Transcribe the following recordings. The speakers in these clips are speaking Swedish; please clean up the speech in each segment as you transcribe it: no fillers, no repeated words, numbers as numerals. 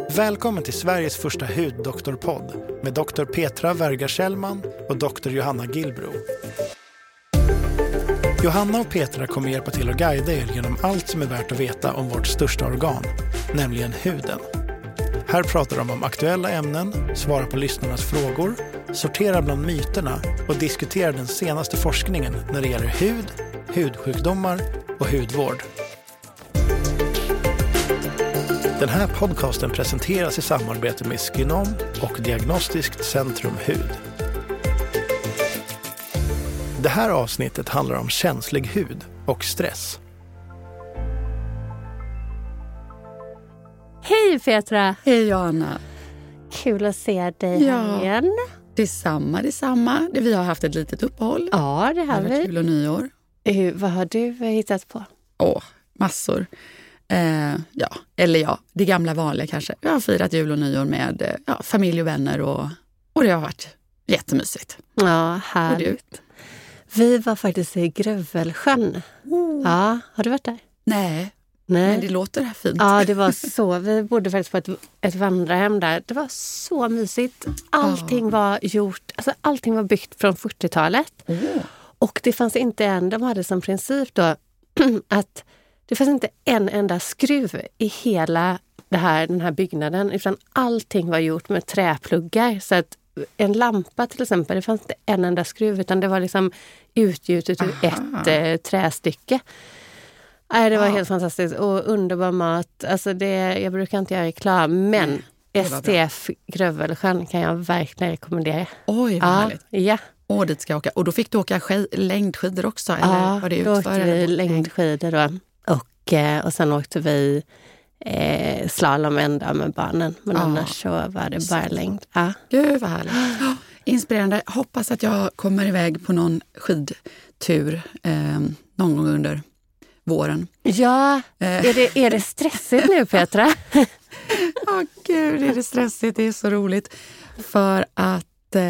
Välkommen till Sveriges första huddoktorpodd med Dr. Petra Werga-Kjellman och Dr. Johanna Gillbro. Johanna och Petra kommer hjälpa till att guida er genom allt som är värt att veta om vårt största organ, nämligen huden. Här pratar de om aktuella ämnen, svarar på lyssnarnas frågor, sorterar bland myterna och diskuterar den senaste forskningen när det gäller hud, hudsjukdomar och hudvård. Den här podcasten presenteras i samarbete med Skinom och Diagnostiskt Centrum Hud. Det här avsnittet handlar om känslig hud och stress. Hej Petra! Hej Johanna! Kul att se dig här igen. Detsamma. Vi har haft ett litet uppehåll. Ja, det har vi. Jul och nyår. Vad har du hittat på? Massor. Det gamla vanliga kanske. Jag har firat jul och nyår med familj och vänner och det har varit jättemysigt. Ja, härligt. Vi var faktiskt i Grövelsjön. Ja, har du varit där? Nej, men det låter här fint. Ja, det var så. Vi bodde faktiskt på ett vandrarhem där. Det var så mysigt. Allting var gjort, alltså allting var byggt från 40-talet. Och det fanns inte de hade som princip då att det fanns inte en enda skruv i hela den här byggnaden, utan allting var gjort med träpluggar. Så att en lampa till exempel, det fanns inte en enda skruv, utan det var liksom utgjutet ur ett trästycke. Det var helt fantastiskt och underbar mat. Alltså jag brukar inte göra reklam, men STF Grövelsjön kan jag verkligen rekommendera. Oj, vad härligt. Ja. Dit ska jag åka. Och då fick du åka längdskidor också? Eller var det då åkte vi längdskidor då. Och sen åkte vi slalom en dag med barnen. Men annars så var det bara längd. Gud vad härligt. Inspirerande. Hoppas att jag kommer iväg på någon skidtur någon gång under våren. Ja, är det stressigt nu Petra? Gud, är det stressigt? Det är så roligt. För att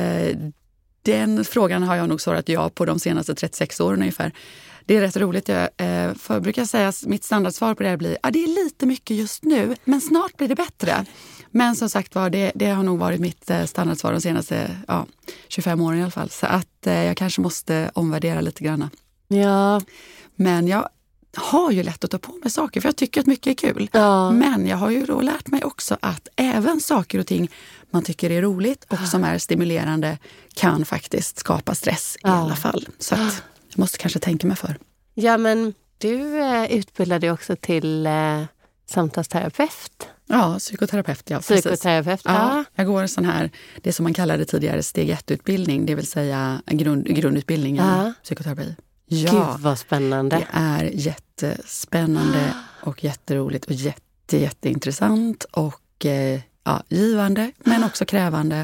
den frågan har jag nog svarat ja på de senaste 36 åren ungefär. Det är rätt roligt. Jag brukar säga att mitt standardsvar på det här blir det är lite mycket just nu, men snart blir det bättre. Men som sagt det har nog varit mitt standardsvar de senaste 25 åren i alla fall. Så att jag kanske måste omvärdera lite grann. Ja. Men jag har ju lätt att ta på mig saker, för jag tycker att mycket är kul. Ja. Men jag har ju då lärt mig också att även saker och ting man tycker är roligt och som är stimulerande kan faktiskt skapa stress i alla fall. Så att jag måste kanske tänka mig för. Ja, men du utbildade också till samtalsterapeut. Ja, psykoterapeut, precis. Psykoterapeut, ja. Jag går en sån här, det som man kallade tidigare steg 1-utbildning, det vill säga grundutbildning i psykoterapi. Ja, gud vad spännande. Det är jättespännande och jätteroligt och jätteintressant och givande, men också krävande.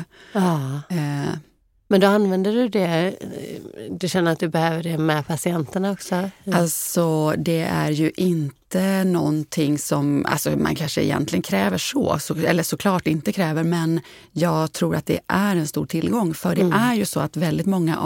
Men då använder du det, du känner att du behöver det med patienterna också? Alltså det är ju inte någonting som man kanske egentligen kräver eller såklart inte kräver, men jag tror att det är en stor tillgång, för det är ju så att väldigt många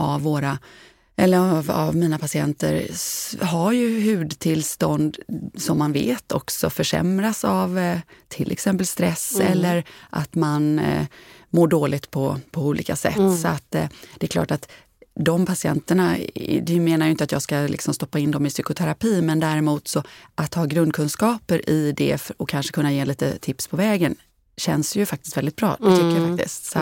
av mina patienter har ju hudtillstånd som man vet också försämras av till exempel stress eller att man mår dåligt på olika sätt. Så att det är klart att de patienterna, det menar ju inte att jag ska liksom stoppa in dem i psykoterapi, men däremot så att ha grundkunskaper i det och kanske kunna ge lite tips på vägen känns ju faktiskt väldigt bra, det tycker jag faktiskt. Så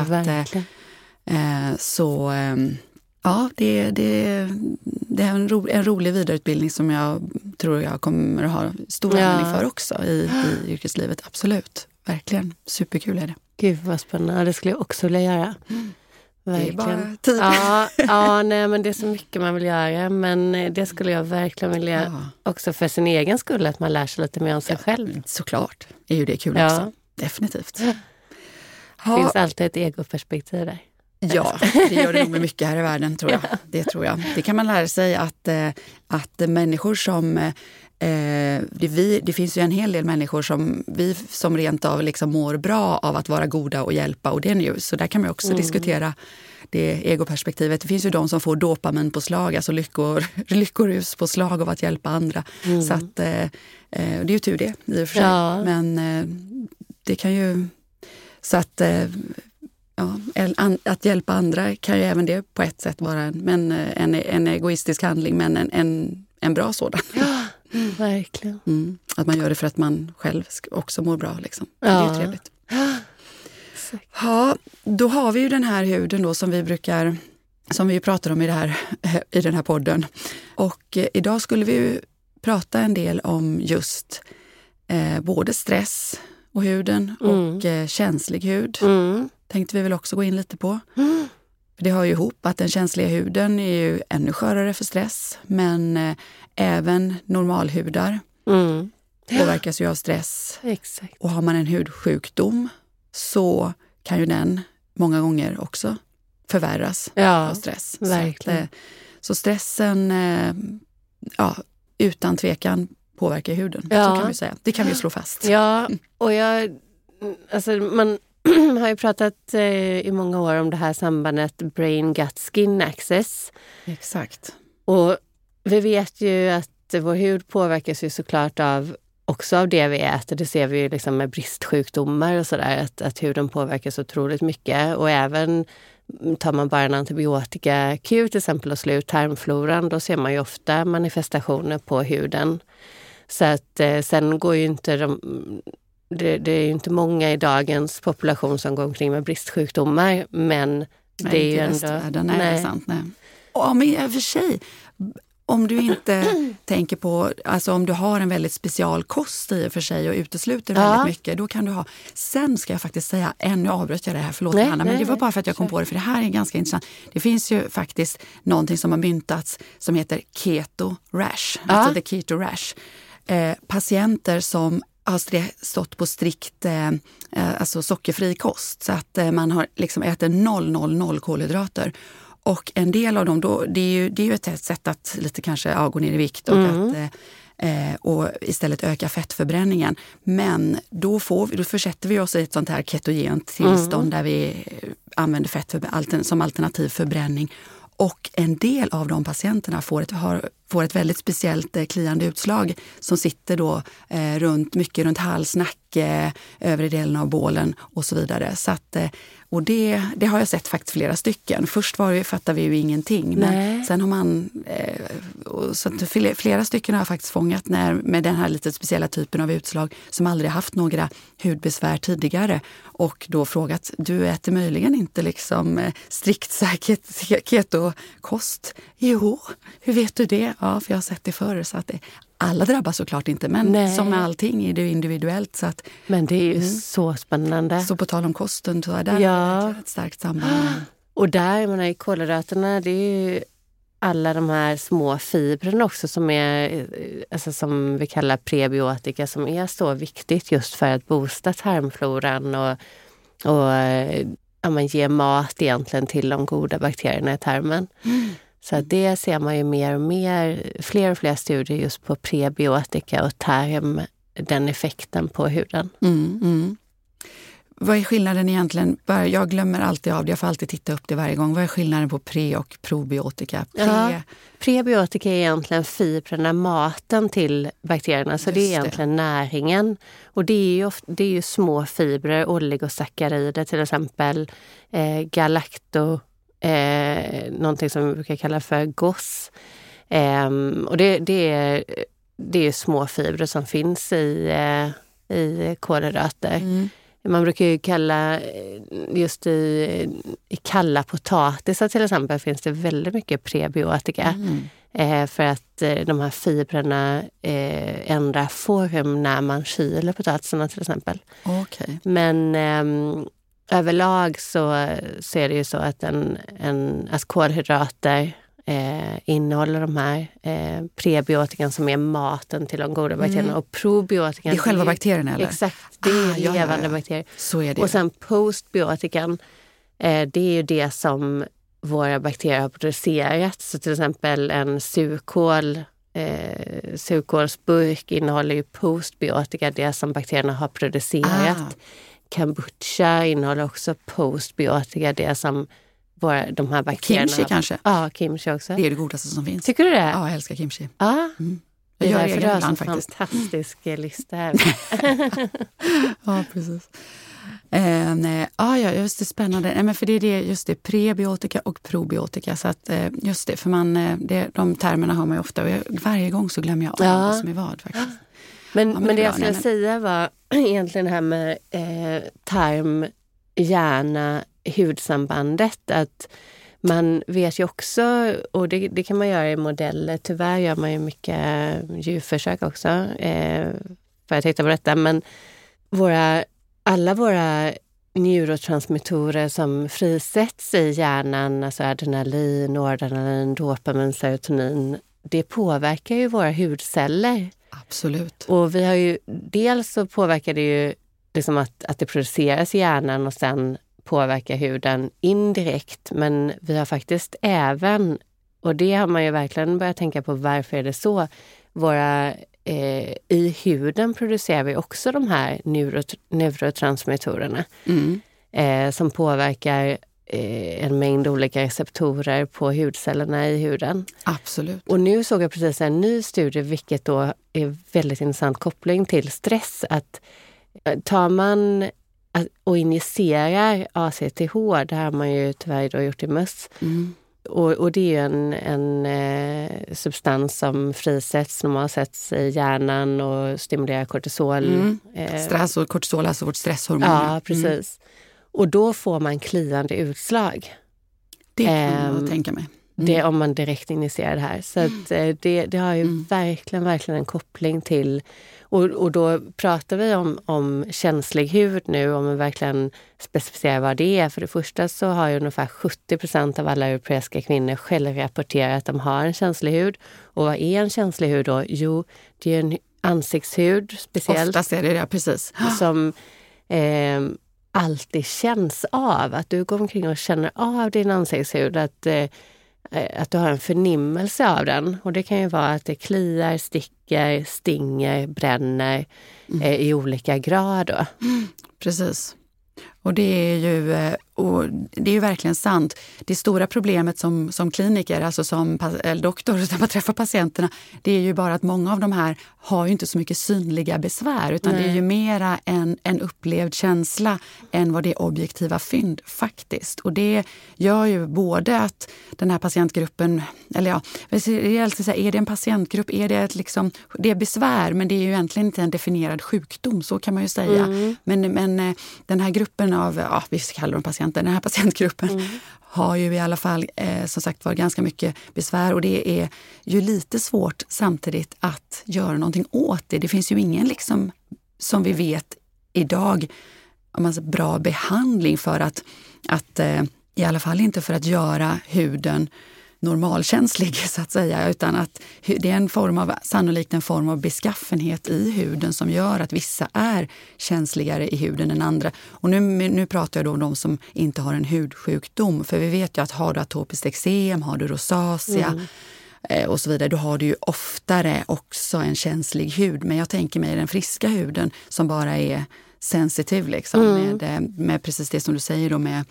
det är en rolig vidareutbildning som jag tror jag kommer att ha stor användning för också i yrkeslivet. Absolut, verkligen. Superkul är det. Gud vad spännande, det skulle jag också vilja göra. Verkligen. Det är bara tid. Nej, men det är så mycket man vill göra, men det skulle jag verkligen vilja också för sin egen skull, att man lär sig lite mer om sig själv. Såklart, är ju det kul också. Definitivt. Det finns alltid ett egoperspektiv där. Ja, det gör det nog med mycket här i världen, tror jag. Det tror jag. Det kan man lära sig att människor som det finns ju en hel del människor som rent av liksom mår bra av att vara goda och hjälpa, och det är nu. Så där kan man också diskutera det egoperspektivet. Det finns ju de som får dopaminpåslag, alltså lyckorus på slag av att hjälpa andra. Så att det är ju tur det i och för sig. Ja. Men det kan ju Så att, att hjälpa andra kan ju även det på ett sätt vara en egoistisk handling, men en bra sådan. Ja, verkligen. Att man gör det för att man själv också mår bra. Liksom. Ja. Det är ju trevligt. Ja, då har vi ju den här huden då som vi pratar om i den här podden. Och idag skulle vi ju prata en del om just både stress och huden och känslig hud. Tänkte vi väl också gå in lite på. Det har ju ihop att den känsliga huden är ju ännu skörare för stress, men även normalhudar påverkas ju av stress. Exakt. Och har man en hudsjukdom så kan ju den många gånger också förvärras av stress. Verkligen. Så stressen utan tvekan påverkar huden, så kan vi säga. Det kan vi slå fast. Ja, och man har ju pratat i många år om det här sambandet brain-gut-skin axis. Exakt. Och vi vet ju att vår hud påverkas ju såklart också av det vi äter. Det ser vi ju liksom med bristsjukdomar och sådär, att huden påverkas otroligt mycket. Och även tar man bara en antibiotikakur till exempel och slår ut tarmfloran, då ser man ju ofta manifestationer på huden. Så att sen går ju inte det är ju inte många i dagens population som går omkring med bristsjukdomar, men det är ju ändå... Nej, sant, nej. Och men i och för sig, om du inte tänker på, alltså om du har en väldigt special kost i och för sig och utesluter väldigt mycket, då kan du ha... Sen ska jag faktiskt säga, nu avbröt jag det här, förlåt Anna, men det var bara för att jag kom på det, för det här är ganska intressant. Det finns ju faktiskt någonting som har myntats som heter keto rash, alltså the keto rash. Patienter som har stått på strikt alltså sockerfri kost, så att man har liksom ätit 0 kolhydrater. Och en del av dem, det är ju ett sätt att lite kanske gå ner i vikt och och istället öka fettförbränningen. Men då försätter vi oss i ett sånt här ketogent tillstånd där vi använder fett som alternativ förbränning. Och en del av de patienterna får ett väldigt speciellt kliande utslag som sitter då runt hals, nacke, övre delen av bålen och så vidare. Så att, och det har jag sett faktiskt flera stycken. Först fattade vi ju ingenting, men sen har man så att flera stycken har faktiskt fångat med den här lite speciella typen av utslag som aldrig haft några hudbesvär tidigare, och då frågat: du äter möjligen inte liksom strikt keto-kost? Jo, hur vet du det? Ja, för jag har sett det förr. Så att alla drabbas såklart inte, men som med allting är det individuellt. Så att, men det är ju så spännande. Så på tal om kosten, så är det ett starkt samband. Och där, jag menar, i kolhydraterna, det är ju alla de här små fibrerna också som är, alltså som vi kallar prebiotika, som är så viktigt just för att boosta tarmfloran och man ger mat egentligen till de goda bakterierna i tarmen. Så att det ser man ju mer och mer, fler och fler studier just på prebiotika och tarm, den effekten på huden. Vad är skillnaden egentligen? Jag glömmer alltid av det, jag får alltid titta upp det varje gång. Vad är skillnaden på pre- och probiotika? Prebiotika är egentligen fibrerna, maten till bakterierna, så det är egentligen näringen. Och det är ju små fibrer, oligosackarider till exempel, någonting som vi brukar kalla för GOS. Och det är små fibrer som finns i kolhydrater. Man brukar ju kalla, just i kalla potatisar till exempel, finns det väldigt mycket prebiotika. För att de här fibrerna ändrar form när man kyler potatisarna till exempel. Okay. Men överlag så är det ju så att alltså kolhydrater innehåller de här prebiotikan som är maten till de goda bakterierna, och probiotikan... Det är själva bakterierna, eller? Exakt, det är levande bakterier. Så är det. Och sen postbiotikan, det är ju det som våra bakterier har producerat. Så till exempel en surkålsburk innehåller ju postbiotika, det som bakterierna har producerat. Kombucha innehåller också postbiotika, det som de här bakterierna... Kimchi kanske? Ja, kimchi också. Det är det godaste som finns. Tycker du det? Ja, jag älskar kimchi. Ja. Jag gör det egen ibland faktiskt. Fantastisk lista här. Ja, precis. Ja, just det, spännande. Nej, men för det är just det, prebiotika och probiotika. Så att, just det, för de termerna har man ju ofta. Och varje gång så glömmer jag vad som är vad faktiskt. Men det jag skulle säga var egentligen det här med tarm, hjärna, hudsambandet. Att man vet ju också, och det kan man göra i modeller. Tyvärr gör man ju mycket djurförsök också för att titta på detta. Men alla våra neurotransmittorer som frisätts i hjärnan, alltså adrenalin, noradrenalin, dopamin, serotonin, det påverkar ju våra hudceller. Absolut. Och vi har ju, dels så påverkar det ju liksom att det produceras i hjärnan och sen påverkar huden indirekt. Men vi har faktiskt även, och det har man ju verkligen börjat tänka på, varför är det så? I huden producerar vi också de här neurotransmittorerna som påverkar en mängd olika receptorer på hudcellerna i huden. Absolut. Och nu såg jag precis en ny studie, vilket då är väldigt intressant koppling till stress. Att tar man och injicerar ACTH, det har man ju tyvärr då gjort i möss. Och det är ju en substans som frisätts, normalt sätts i hjärnan och stimulerar kortisol. Stress och kortisol, alltså vårt stresshormon. Ja, precis. Och då får man kliande utslag. Det kan jag tänka mig. Det om man direkt injicerar det här. Så att, det har ju verkligen en koppling till. Och då pratar vi om känslig hud nu, om man verkligen specificerar vad det är. För det första så har ju ungefär 70% av alla europeiska kvinnor själv rapporterat att de har en känslig hud. Och vad är en känslig hud då? Jo, det är en ansiktshud speciellt. Oftast är det precis. Som alltid känns av. Att du går omkring och känner av din ansiktshud. Att du har en förnimmelse av den. Och det kan ju vara att det kliar, sticker, stinger, bränner i olika grad. Precis. Och det är ju verkligen sant. Det stora problemet som kliniker, alltså som doktor, när man träffar patienterna, det är ju bara att många av de här har ju inte så mycket synliga besvär, utan det är ju mera en upplevd känsla än vad det är objektiva fynd faktiskt. Och det gör ju både att den här patientgruppen, eller ja, är det en patientgrupp, är det det är besvär, men det är ju egentligen inte en definierad sjukdom, så kan man ju säga. Men den här gruppen av, vi kallar dem patienter, den här patientgruppen har ju i alla fall som sagt var ganska mycket besvär, och det är ju lite svårt samtidigt att göra någonting åt det. Det finns ju ingen som vi vet idag bra behandling för att i alla fall inte för att göra huden normalkänslig så att säga, utan att det är sannolikt en form av beskaffenhet i huden som gör att vissa är känsligare i huden än andra. Och nu pratar jag då om de som inte har en hudsjukdom, för vi vet ju att har du atopiskt eksem, har du rosacea och så vidare, då har du ju oftare också en känslig hud. Men jag tänker mig den friska huden som bara är sensitiv med precis det som du säger då, med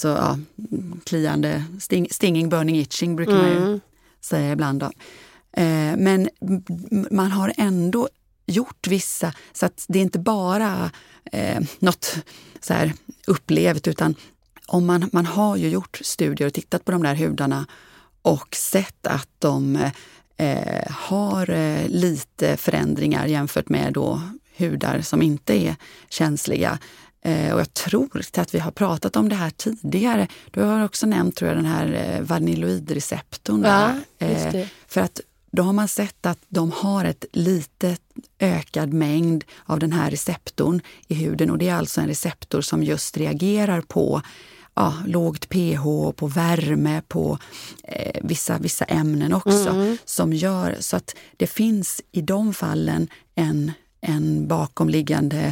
kliande, stinging, burning, itching brukar man ju säga ibland då. Men man har ändå gjort vissa, så att det är inte bara något så här upplevt, utan om man har ju gjort studier och tittat på de där hudarna och sett att de har lite förändringar jämfört med då hudar som inte är känsliga. Och jag tror att vi har pratat om det här tidigare. Du har också nämnt, tror jag, den här vanilloidreceptorn. Ja, just det. För att då har man sett att de har ett litet ökad mängd av den här receptorn i huden. Och det är alltså en receptor som just reagerar på lågt pH, på värme, på vissa ämnen också. Som gör så att det finns i de fallen en bakomliggande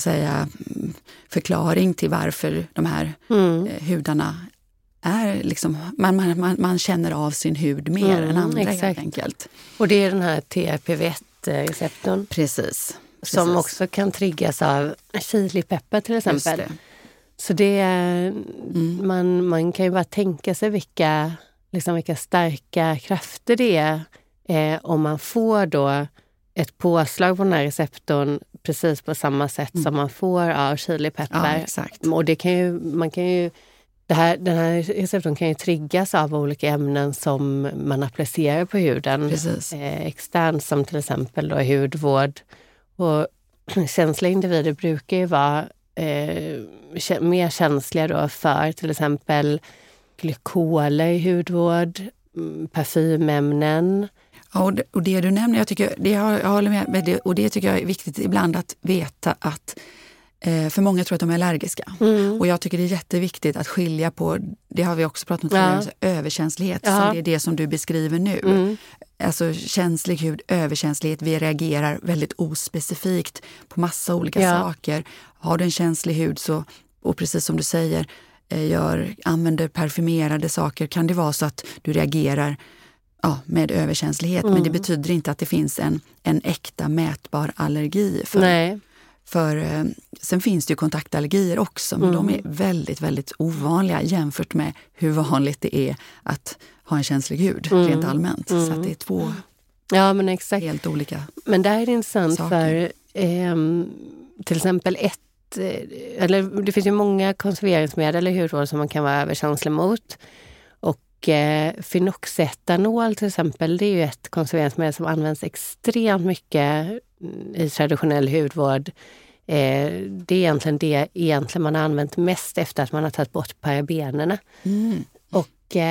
förklaring till varför de här hudarna är man känner av sin hud mer än andra, helt enkelt. Och det är den här TRPV1-receptorn. Precis. Som också kan triggas av chilipeppar till exempel. Just det. Så det är, man kan ju bara tänka sig vilka starka krafter det är om man får då ett påslag på den här receptorn precis på samma sätt som man får av chilipeppar. Ja, exakt. Och det kan ju, den här receptorn kan ju triggas av olika ämnen som man applicerar på huden. Precis. Externt, som till exempel då hudvård. Och känsliga individer brukar ju vara mer känsliga då för till exempel glykoler i hudvård, parfymämnen. Ja, och det du nämner, jag håller med det, och det tycker jag är viktigt ibland att veta att för många tror att de är allergiska. Och jag tycker det är jätteviktigt att skilja på, det har vi också pratat om tidigare, överkänslighet, som det är det som du beskriver nu. Alltså känslig hud, överkänslighet, vi reagerar väldigt ospecifikt på massa olika saker. Har du en känslig hud så, och precis som du säger, använder parfymerade saker, kan det vara så att du reagerar med överkänslighet. Men det betyder inte att det finns en äkta mätbar allergi. För sen finns det ju kontaktallergier också, men de är väldigt, väldigt ovanliga jämfört med hur vanligt det är att ha en känslig hud rent allmänt. Så att det är två helt olika. Men där är det intressant saker. För till exempel det finns ju många konserveringsmedel i hudvård som man kan vara överkänslig mot. Och phenoxetanol till exempel, det är ju ett konserveringsmedel som används extremt mycket i traditionell hudvård. Det är egentligen det man har använt mest efter att man har tagit bort parabenerna. Och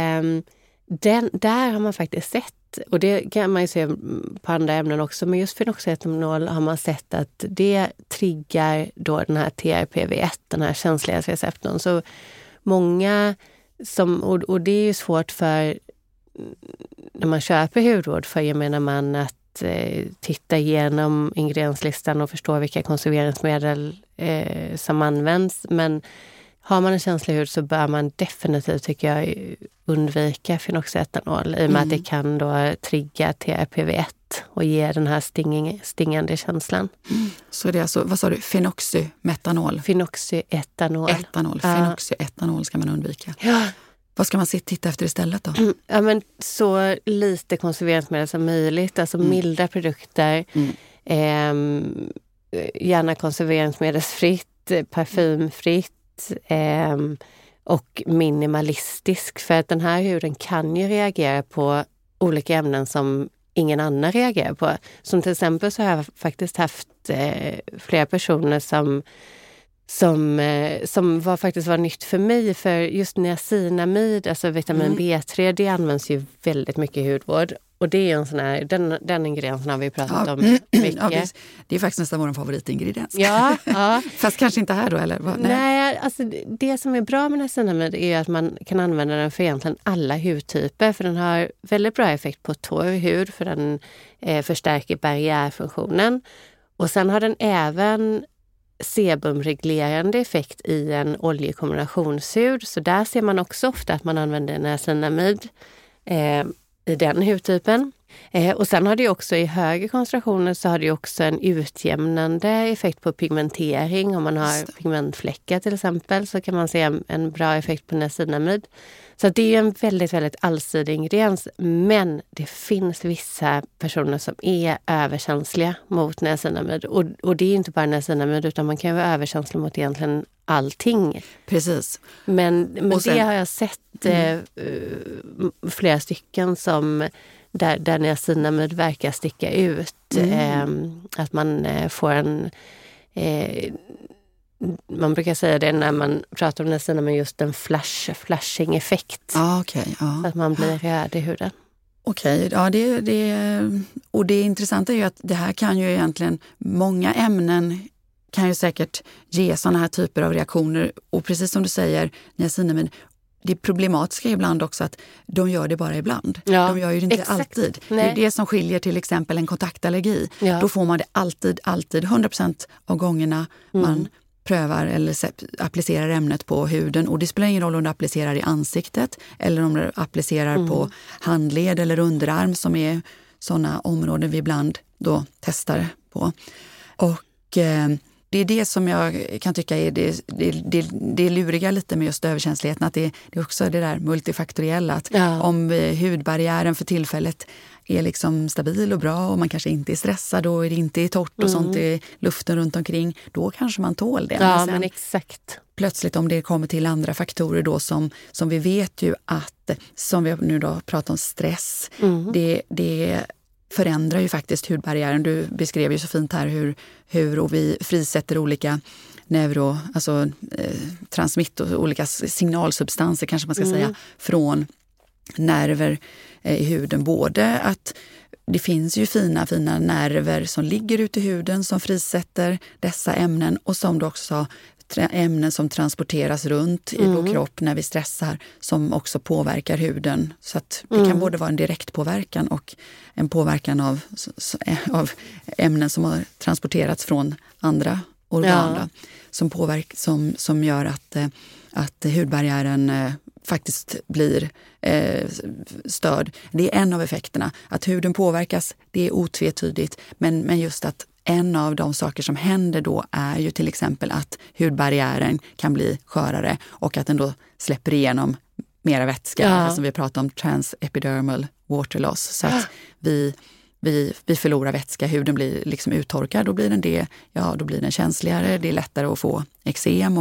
där har man faktiskt sett, och det kan man ju se på andra ämnen också, men just phenoxetanol har man sett att det triggar då den här TRPV1, den här känslighetsreceptorn. Så många och det är ju svårt för när man köper hudvård för gemene man att titta igenom ingredienslistan och förstå vilka konserveringsmedel som används. Men har man en känslig hud så bör man definitivt, tycker jag, undvika phenoxetanol i och med att det kan då trigga TRPV1 och ge den här stingande känslan. Så det är alltså, vad sa du, phenoxymetanol? Phenoxyetanol. Phenoxyetanol ska man undvika. Ja. Vad ska man titta efter istället då? Ja, men så lite konserveringsmedel som möjligt, alltså milda produkter. Gärna konserveringsmedelsfritt, parfymfritt och minimalistisk. För att den här huden kan ju reagera på olika ämnen som ingen annan reagerar på. Som till exempel så har jag faktiskt haft flera personer som var nytt för mig, för just niacinamid, alltså vitamin B3, det används ju väldigt mycket i hudvård. Och det är en sån här, den ingrediensen har vi pratat om mycket. Ja, det är faktiskt nästan vår favoritingrediens. Ja. Fast kanske inte här då, eller? Nej, alltså det som är bra med niacinamid är att man kan använda den för egentligen alla hudtyper, för den har väldigt bra effekt på torr hud, för den förstärker barriärfunktionen. Och sen har den även sebumreglerande effekt i en oljekombinationshud. Så där ser man också ofta att man använder niacinamid i den hudtypen. Och sen har det också i högre koncentrationer så har det också en utjämnande effekt på pigmentering. Om man har pigmentfläckar till exempel så kan man se en bra effekt på niacinamid. Så det är en väldigt, väldigt allsidig ingrediens. Men det finns vissa personer som är överkänsliga mot niacinamid. Och det är inte bara niacinamid utan man kan vara överkänslig mot egentligen allting. Precis. Men sen, det har jag sett flera stycken som där niacinamid verkar sticka ut. Att man får man brukar säga det när man pratar om niacinamid, just en flashing-effekt. Att man blir röd i huden. Okej, och det intressanta är ju att det här kan ju egentligen, många ämnen kan ju säkert ge sådana här typer av reaktioner. Och precis som du säger, niacinamid, det problematiska är ibland också att de gör det bara ibland. Ja, de gör ju det inte exakt. alltid. Nej. Det är det som skiljer till exempel en kontaktallergi. Ja. Då får man det alltid, 100% av gångerna man prövar eller applicerar ämnet på huden. Och det spelar ingen roll om du applicerar i ansiktet eller om du applicerar på handled eller underarm, som är sådana områden vi ibland då testar på. Och det är det som jag kan tycka är det luriga lite med just överkänsligheten, att det är också det där multifaktoriella, att om hudbarriären för tillfället är liksom stabil och bra och man kanske inte är stressad och det inte är torrt och sånt i luften runt omkring, då kanske man tål det. Ja, men exakt. Plötsligt om det kommer till andra faktorer då som vi vet ju att, som vi nu då pratar om stress, det förändrar ju faktiskt hudbarriären. Du beskrev ju så fint här hur och vi frisätter olika transmitter, olika signalsubstanser kanske man ska säga, från nerver i huden. Både att det finns ju fina nerver som ligger ute i huden som frisätter dessa ämnen och som då också ämnen som transporteras runt i vår kropp när vi stressar som också påverkar huden. Så att det kan både vara en direkt påverkan och en påverkan av ämnen som har transporterats från andra organ som gör att hudbarriären faktiskt blir störd. Det är en av effekterna. Att huden påverkas, det är otvetydigt. Men just att en av de saker som händer då är ju till exempel att hudbarriären kan bli skörare och att den då släpper igenom mera vätska. Som vi pratar om transepidermal water loss. Så att vi förlorar vätska, huden blir liksom uttorkad, då blir den känsligare, det är lättare att få eksem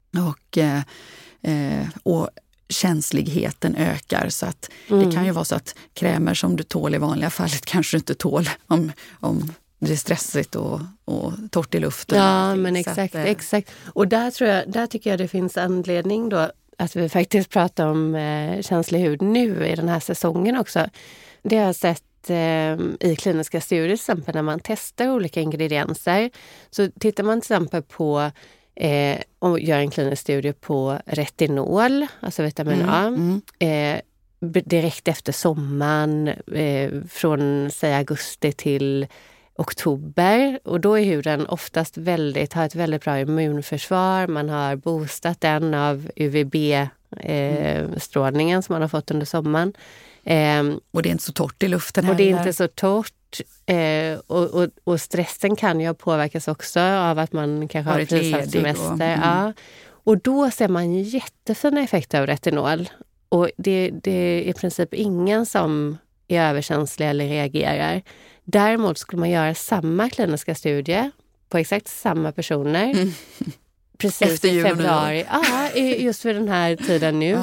och känsligheten ökar. Så att det kan ju vara så att krämer som du tål i vanliga fallet kanske du inte tål om det är stressigt och torrt i luften. Ja, men exakt. Och där tycker jag det finns anledning då att vi faktiskt pratar om känslig hud nu i den här säsongen också. Det har jag sett i kliniska studier till exempel när man testar olika ingredienser. Så tittar man till exempel på och gör en klinisk studie på retinol, alltså vitamin A, direkt efter sommaren från säg augusti till oktober, och då är huden oftast har ett väldigt bra immunförsvar. Man har boostat den av UVB-strålningen som man har fått under sommaren. Och det är inte så torrt i luften heller. Och det är inte så torrt. Och stressen kan ju påverkas också av att man kanske har prisat semester. Och då ser man jättefina effekter av retinol. Och det är i princip ingen som är överkänslig eller reagerar. Däremot skulle man göra samma kliniska studie på exakt samma personer. Precis efter i februari. Ja, just vid den här tiden nu.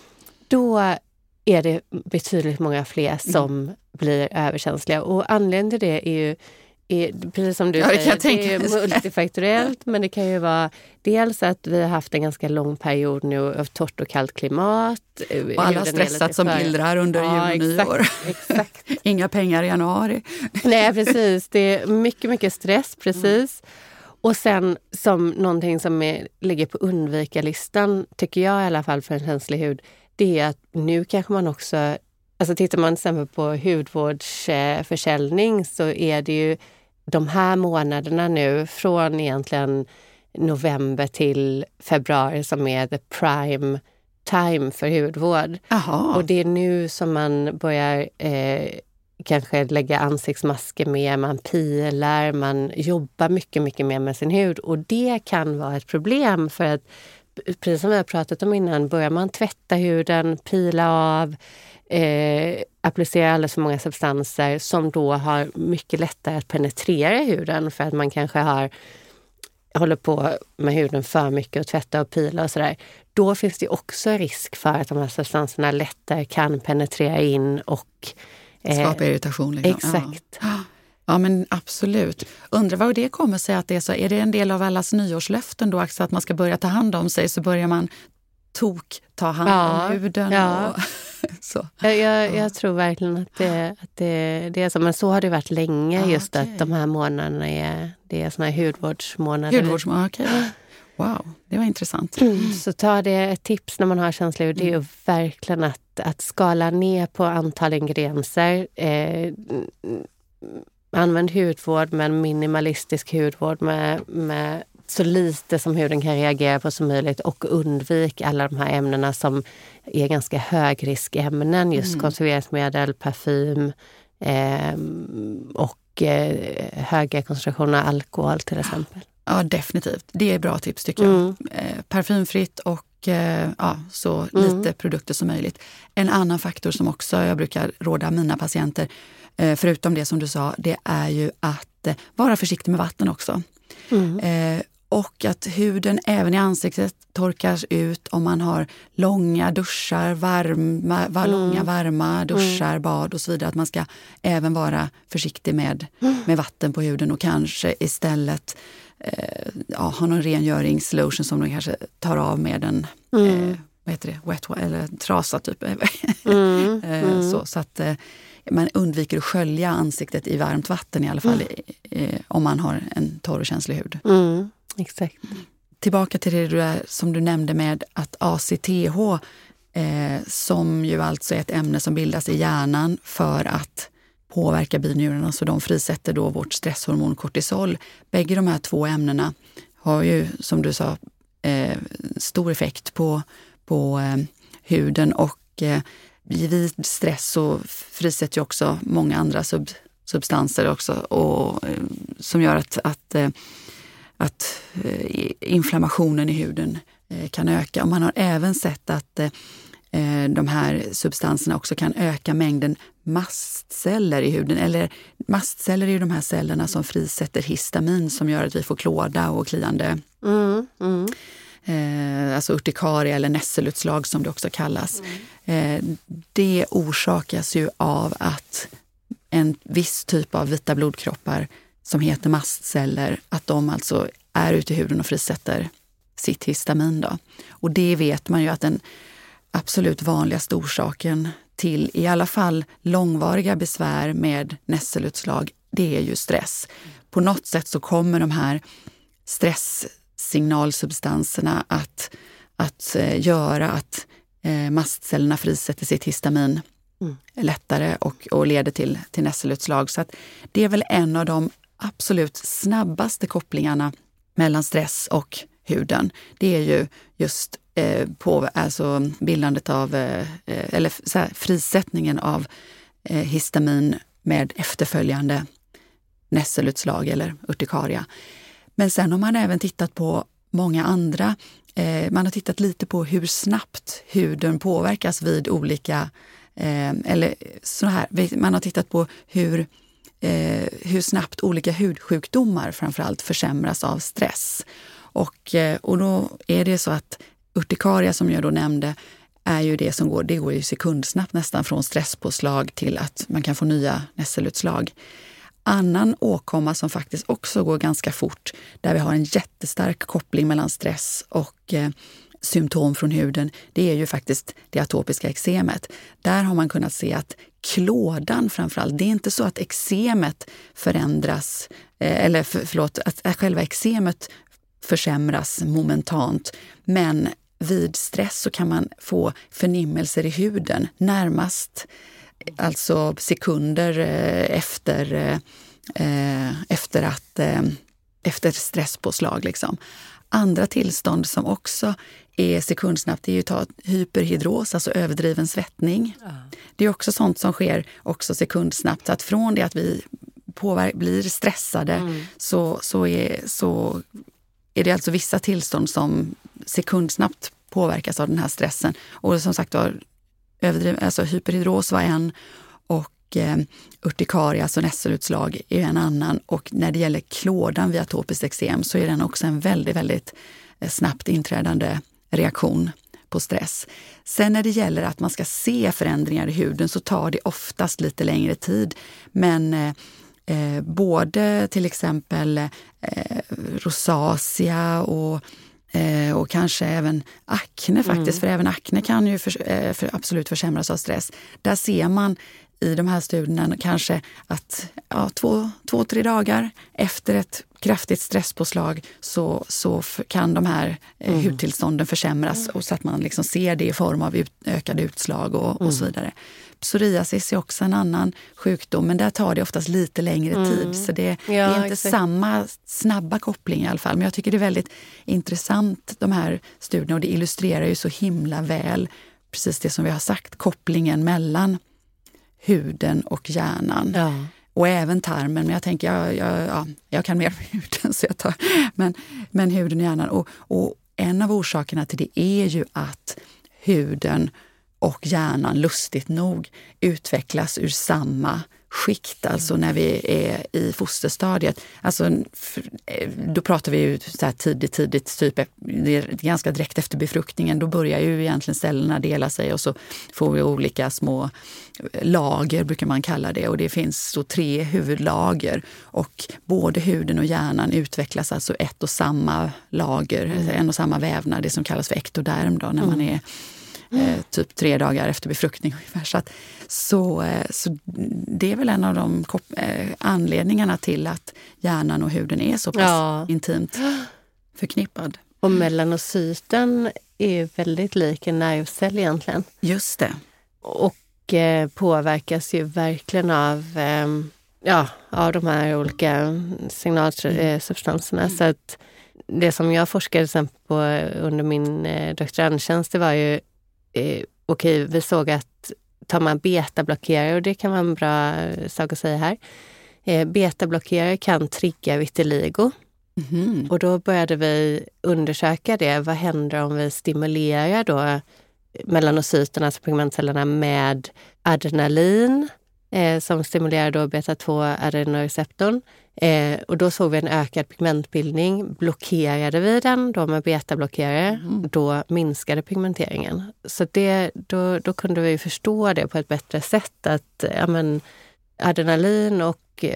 Då är det betydligt många fler som blir överkänsliga. Och anledningen till det är ju, precis som du säger, det är multifaktoriellt. Men det kan ju vara dels att vi har haft en ganska lång period nu av torrt och kallt klimat. Och alla stressat som bildrar under jul och nyår. Exakt. Inga pengar i januari. Nej, precis. Det är mycket, mycket stress, precis. Och sen som någonting som ligger på undvika-listan, tycker jag i alla fall för en känslig hud, det är att nu kanske man också, alltså tittar man till exempel på hudvårdsförsäljning så är det ju de här månaderna nu från egentligen november till februari som är the prime time för hudvård. Aha. Och det är nu som man börjar kanske lägga ansiktsmasker med, man pilar, man jobbar mycket, mycket mer med sin hud. Och det kan vara ett problem för att, precis som vi har pratat om innan, börjar man tvätta huden, pila av, applicera alldeles för många substanser som då har mycket lättare att penetrera huden för att man kanske håller på med huden för mycket och tvätta och pila och sådär. Då finns det också risk för att de här substanserna lättare kan penetrera in och skapa irritation. Liksom. Exakt. Ja, men absolut. Undrar vad det kommer sig att det är så. Är det en del av allas nyårslöften då också att man ska börja ta hand om sig, så börjar man ta hand om huden? Ja. Och så. Jag tror verkligen att det är så. Men så har det varit länge, just att de här månaderna är såna här hudvårdsmånader. Okej. Wow, det var intressant. Så ta det ett tips när man har känslig hud, det är ju verkligen att skala ner på antal ingredienser. Använd hudvård, men minimalistisk hudvård med så lite som huden kan reagera på som möjligt, och undvik alla de här ämnena som är ganska högriskämnen, just konserveringsmedel, parfym och höga koncentrationer av alkohol till exempel. Ja, definitivt. Det är bra tips tycker jag. Parfymfritt och så lite produkter som möjligt. En annan faktor som också jag brukar råda mina patienter, förutom det som du sa, det är ju att vara försiktig med vatten också. Och att huden även i ansiktet torkas ut om man har långa duschar, långa varma duschar, bad och så vidare. Att man ska även vara försiktig med vatten på huden och kanske istället ha någon rengöringslotion som de kanske tar av med en wet eller trasa typ. Så att man undviker att skölja ansiktet i varmt vatten i alla fall om man har en torr och känslig hud. Exakt. Tillbaka till det som du nämnde med att ACTH som ju alltså är ett ämne som bildas i hjärnan för att påverka binjurarna, så de frisätter då vårt stresshormon kortisol. Bägge de här två ämnena har ju, som du sa, stor effekt på huden, och vid stress så frisätter ju också många andra substanser också, och som gör att inflammationen i huden kan öka. Och man har även sett att de här substanserna också kan öka mängden mastceller i huden. Eller mastceller är ju de här cellerna som frisätter histamin som gör att vi får klåda och kliande. Alltså urtikaria eller nässelutslag som det också kallas. Det orsakas ju av att en viss typ av vita blodkroppar som heter mastceller, att de alltså är ute i huden och frisätter sitt histamin då. Och det vet man ju att den absolut vanligaste orsaken till i alla fall långvariga besvär med nässelutslag, det är ju stress. På något sätt så kommer de här stresssignalsubstanserna att göra att mastcellerna frisätter sitt histamin lättare och leder till nässelutslag. Så att det är väl en av de absolut snabbaste kopplingarna mellan stress och huden. Det är ju just alltså bildandet av, eller så här, frisättningen av histamin med efterföljande nässelutslag eller urtikaria. Men sen har man även tittat på många andra. Man har tittat lite på hur snabbt huden påverkas vid olika, eller så här, man har tittat på hur snabbt olika hudsjukdomar framförallt försämras av stress. Och då är det så att urtikaria, som jag då nämnde, är ju det som går ju sekundsnabbt nästan från stresspåslag till att man kan få nya nässelutslag. Annan åkomma som faktiskt också går ganska fort, där vi har en jättestark koppling mellan stress och symptom från huden, det är ju faktiskt det atopiska eksemet. Där har man kunnat se att klådan framförallt, det är inte så att eksemet förändras, att själva eksemet försämras momentant, men vid stress så kan man få förnimmelser i huden närmast, alltså sekunder efter stresspåslag liksom. Andra tillstånd som också är sekundsnabbt, det är ju hyperhidros, alltså överdriven svettning. Det är också sånt som sker också sekundsnabbt. Så att från det att vi blir stressade så är det alltså vissa tillstånd som sekundsnabbt påverkas av den här stressen. Och som sagt var, alltså hyperhidros var en, och urtikaria, alltså nässelutslag, är en annan. Och när det gäller klådan vid atopiskt eksem så är den också en väldigt, väldigt snabbt inträdande reaktion på stress. Sen när det gäller att man ska se förändringar i huden så tar det oftast lite längre tid. Men både till exempel rosacea och kanske även akne faktiskt, för även akne kan ju absolut försämras av stress. Där ser man i de här studierna kanske att 2-3 dagar efter ett kraftigt stresspåslag så kan de här hudtillstånden försämras, och så att man liksom ser det i form av ökade utslag och så vidare. Psoriasis är också en annan sjukdom, men där tar det oftast lite längre tid. Så det är inte samma snabba koppling i alla fall. Men jag tycker det är väldigt intressant, de här studierna, och det illustrerar ju så himla väl precis det som vi har sagt, kopplingen mellan huden och hjärnan. Ja. Och även tarmen, men jag tänker, jag kan mer om huden, så jag tar, men huden och hjärnan. Och en av orsakerna till det är ju att huden och hjärnan, lustigt nog, utvecklas ur samma skikt, alltså när vi är i fosterstadiet. Alltså, då pratar vi ju så här tidigt, typ det är ganska direkt efter befruktningen. Då börjar ju egentligen cellerna dela sig och så får vi olika små lager, brukar man kalla det. Och det finns så 3 huvudlager och både huden och hjärnan utvecklas alltså ett och samma lager, en och samma vävnad, det som kallas för ektoderm då, när man är typ 3 dagar efter befruktning ungefär. Så det är väl en av de anledningarna till att hjärnan och huden är så pass intimt förknippad. Och melanocyten är väldigt lik en nervcell egentligen. Just det. Och påverkas ju verkligen av de här olika signalsubstanserna. Så att det som jag forskade sen på under min doktorandtjänst, det var ju vi såg att tar man betablockerare, och det kan vara en bra sak att säga här. Betablockerare kan trigga vitiligo. Mm. Och då började vi undersöka det. Vad händer om vi stimulerar då melanocyterna, alltså pigmentcellerna, med adrenalin som stimulerar då beta-2-adrenoreceptorn. Och då såg vi en ökad pigmentbildning. Blockerade vi den då med betablockerare, då minskade pigmenteringen. Så då kunde vi förstå det på ett bättre sätt, att adrenalin och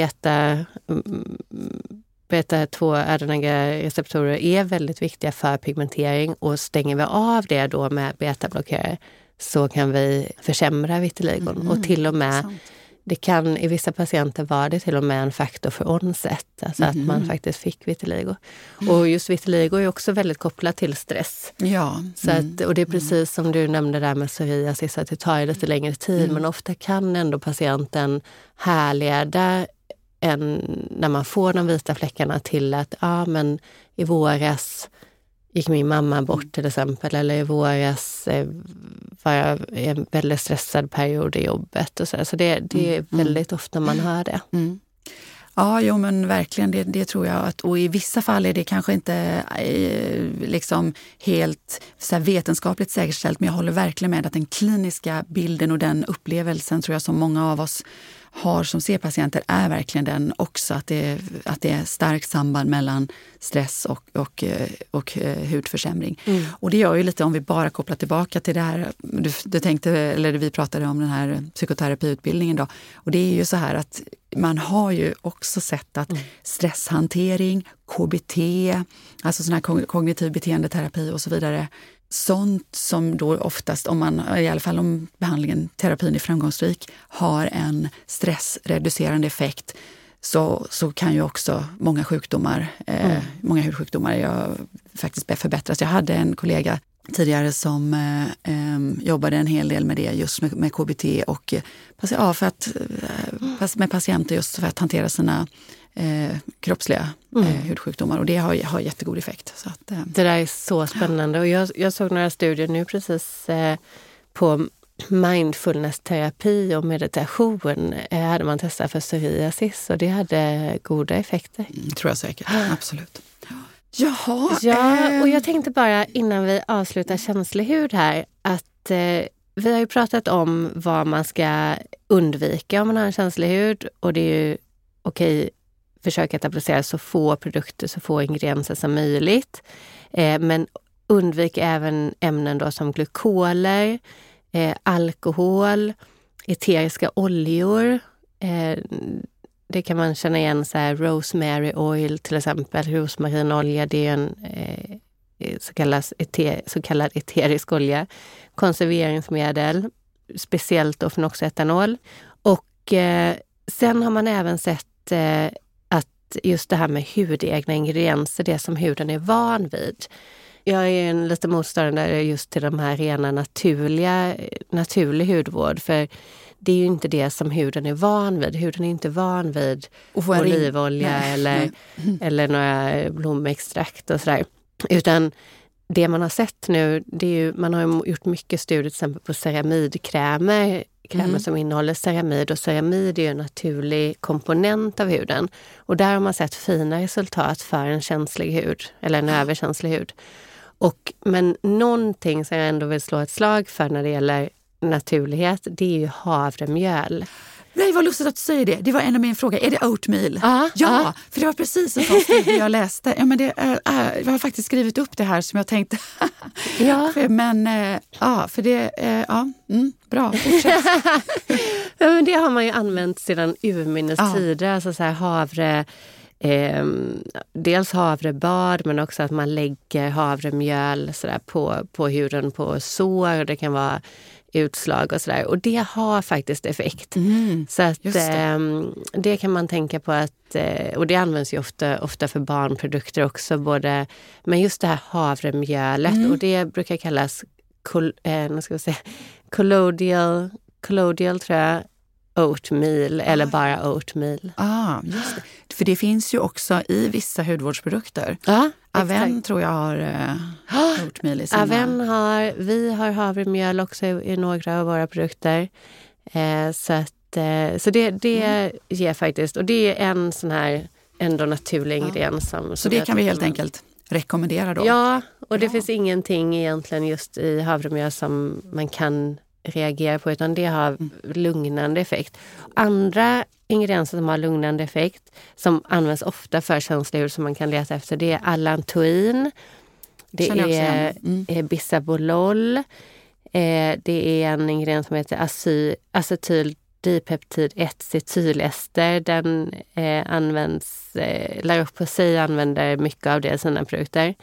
beta-2-adrenoreceptorer är väldigt viktiga för pigmentering, och stänger vi av det då med betablockerare så kan vi försämra vitiligon. Och till och med, det kan i vissa patienter vara det till och med en faktor för onset, alltså att man faktiskt fick vitiligo. Och just vitiligo är också väldigt kopplat till stress. Ja. Så att, och det är precis som du nämnde där med psoriasis, att det tar lite längre tid, men ofta kan ändå patienten härleda när man får de vita fläckarna till att i våras gick min mamma bort till exempel, eller i våras var jag i en väldigt stressad period i jobbet och så det är väldigt ofta man hör det. Ja, men verkligen, det tror jag att, och i vissa fall är det kanske inte liksom helt så här vetenskapligt säkerställt, men jag håller verkligen med att den kliniska bilden och den upplevelsen tror jag som många av oss har som ser patienter är verkligen den också, att det är starkt samband mellan stress och hudförsämring. Och det gör ju lite, om vi bara kopplar tillbaka till det här, vi pratade om den här psykoterapiutbildningen då, och det är ju så här att man har ju också sett att stresshantering, KBT, alltså sån här kognitiv beteendeterapi och så vidare, sånt som då oftast, i alla fall om terapin är framgångsrik, har en stressreducerande effekt, så kan ju också många hudsjukdomar faktiskt förbättras. Jag hade en kollega tidigare som jobbade en hel del med det, just med KBT och med patienter just för att hantera sina kroppsliga hudsjukdomar, och det har jättegod effekt. Så att, det där är så spännande, och jag såg några studier nu precis på mindfulness-terapi och meditation hade man testat för psoriasis, och det hade goda effekter. Tror jag säkert, absolut. Jaha. Ja, och jag tänkte bara innan vi avslutar känslig hud här, att vi har ju pratat om vad man ska undvika om man har en känslig hud, och det är ju okej, försöka att applicera så få produkter, så få ingredienser som möjligt. Men undvik även ämnen då som glykoler, alkohol, eteriska oljor. Det kan man känna igen, så här rosemary oil till exempel. Rosmarinolja, det är en så kallad eterisk olja. Konserveringsmedel, speciellt då fenoxetanol. Och sen har man även sett att just det här med hudegna ingredienser, det som huden är van vid. Jag är en lite motståndare just till de här rena naturlig hudvård, för det är ju inte det som huden är van vid. Huden är inte van vid olivolja eller några blomextrakt och sådär. Utan det man har sett nu, det är ju, man har gjort mycket studier till exempel på ceramidkrämer. Krämer som innehåller ceramid, och ceramid är ju en naturlig komponent av huden. Och där har man sett fina resultat för en känslig hud, eller en överkänslig hud. Men någonting som jag ändå vill slå ett slag för när det gäller naturlighet, det är ju havremjöl. Nej, vad lustigt att du säger det. Det var en av mina frågor. Är det oatmeal? Ja, för det var precis en sån studie jag läste. Ja, men jag har faktiskt skrivit upp det här som jag tänkte. Ja. För det... bra, fortsätt. Ja, men det har man ju använt sedan urminnes tider. Alltså så här havre... dels havrebad, men också att man lägger havremjöl sådär på huden på sår, och det kan vara utslag och sådär, och det har faktiskt effekt. Så att det kan man tänka på att, och det används ju ofta för barnprodukter också, men just det här havremjölet, och det brukar kallas colloidal tror jag, oatmeal eller bara oatmeal. Just det. För det finns ju också i vissa hudvårdsprodukter. Aven tror jag har oatmeal i sina. Aven vi har havremjöl också i några av våra produkter. Så det ger faktiskt, och det är en sån här ändå naturlig ingrediens så det kan vi helt enkelt rekommendera då. Ja, och det finns ingenting egentligen just i havremjöl som man kan reagera på, utan det har lugnande effekt. Andra ingredienser som har lugnande effekt, som används ofta för känslig hud som man kan leta efter, det är allantoin, det är bisabolol, det är en ingrediens som heter acetylpeptid 1-cetylester. Den LaRoche-Posay använder mycket av det i sina produkter.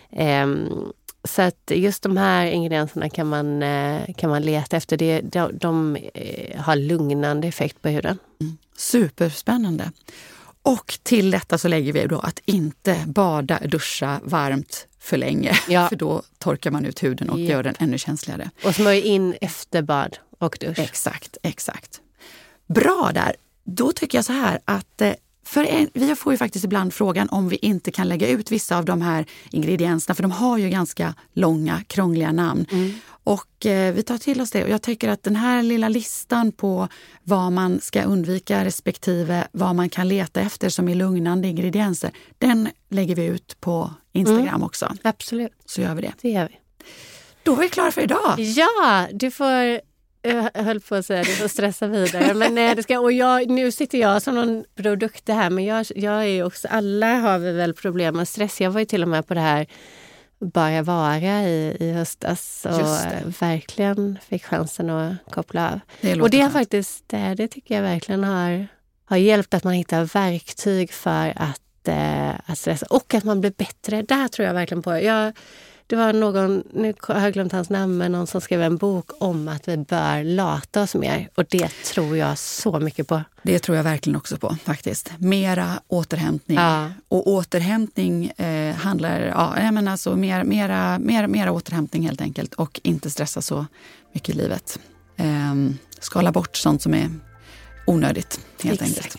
Så att just de här ingredienserna kan man leta efter. De har lugnande effekt på huden. Superspännande. Och till detta så lägger vi då att inte duscha varmt för länge. För då torkar man ut huden och gör den ännu känsligare. Och smörj in efter bad och dusch. Exakt. Bra där. Då tycker jag så här att... vi får ju faktiskt ibland frågan om vi inte kan lägga ut vissa av de här ingredienserna, för de har ju ganska långa, krångliga namn. Och vi tar till oss det, och jag tycker att den här lilla listan på vad man ska undvika respektive vad man kan leta efter som är lugnande ingredienser, den lägger vi ut på Instagram också. Absolut. Så gör vi det. Det gör vi. Då är vi klara för idag. Ja, du får... Jag höll på att säga du får stressa vidare, men nu sitter jag som någon produkt här, men jag är ju också, alla har vi väl problem med stress. Jag var ju till och med på det här Bara vara i höstas och verkligen fick chansen att koppla av. Och det har faktiskt, det tycker jag verkligen har hjälpt, att man hittar verktyg för att stressa, och att man blir bättre. Det här tror jag verkligen på. Det var någon, nu har jag glömt hans namn, men någon som skrev en bok om att vi bör lata oss mer. Och det tror jag så mycket på. Det tror jag verkligen också på faktiskt. Mera återhämtning. Ja. Och återhämtning handlar, mera återhämtning helt enkelt. Och inte stressa så mycket i livet. Skala bort sånt som är onödigt helt enkelt.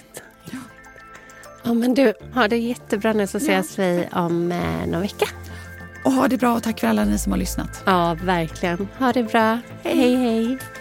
Ja, men du, ha det jättebra nu, så ses vi om någon vecka. Och ha det bra, och tack för alla ni som har lyssnat. Ja, verkligen. Ha det bra. Hej, hej.